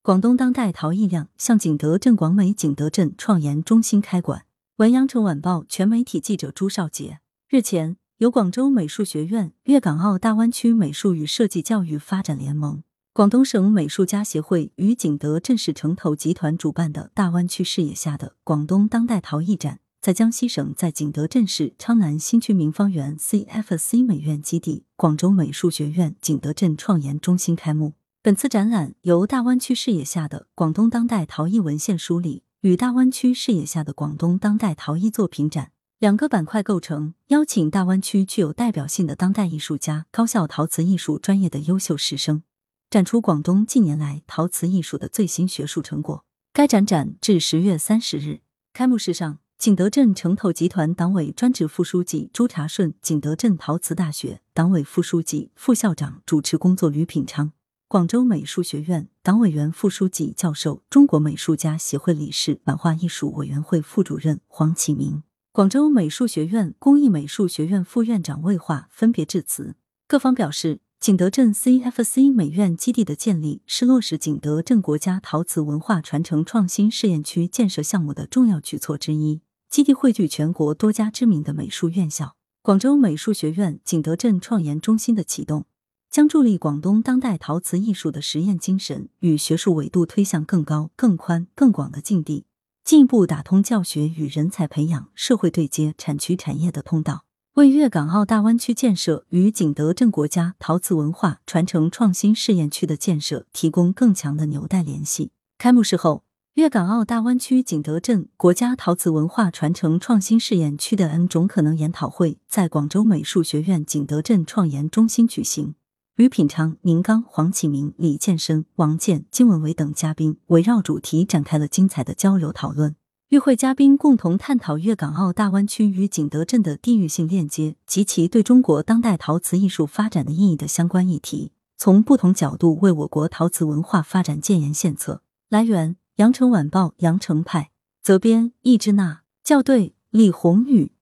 广东当代陶艺亮相景德镇广美景德镇创研中心开馆。文阳城晚报全媒体记者朱少杰。日前，由广州美术学院、粤港澳大湾区美术与设计教育发展联盟、广东省美术家协会与景德镇市城投集团主办的大湾区视野下的广东当代陶艺展，在江西省在景德镇市昌南新区民芳园 CFC 美院基地、广州美术学院景德镇创研中心开幕。本次展览由大湾区视野下的广东当代陶艺文献梳理与大湾区视野下的广东当代陶艺作品展两个板块构成，邀请大湾区具有代表性的当代艺术家、高校陶瓷艺术专业的优秀师生，展出广东近年来陶瓷艺术的最新学术成果。该展展至10月30日。开幕式上，景德镇城投集团党委专职副书记朱查顺、景德镇陶瓷大学党委副书记、副校长主持工作吕品昌，广州美术学院党委原副书记、教授，中国美术家协会理事、版画艺术委员会副主任黄启明，广州美术学院工艺美术学院副院长魏化分别致辞。各方表示，景德镇 CFC 美院基地的建立是落实景德镇国家陶瓷文化传承创新试验区建设项目的重要举措之一。基地汇聚全国多家知名的美术院校。广州美术学院景德镇创研中心的启动，将助力广东当代陶瓷艺术的实验精神与学术维度推向更高、更宽、更广的境地，进一步打通教学与人才培养、社会对接、产区产业的通道，为粤港澳大湾区建设与景德镇国家陶瓷文化传承创新试验区的建设提供更强的纽带联系。开幕式后，粤港澳大湾区景德镇国家陶瓷文化传承创新试验区的 N 种可能研讨会在广州美术学院景德镇创研中心举行。吕品昌、宁刚、黄启明、李建生、王健、金文伟等嘉宾围绕主题展开了精彩的交流讨论。与会嘉宾共同探讨粤港澳大湾区与景德镇的地域性链接及其对中国当代陶瓷艺术发展的意义的相关议题，从不同角度为我国陶瓷文化发展建言献策。来源：羊城晚报羊城派，责编：易之娜，校对：李红宇。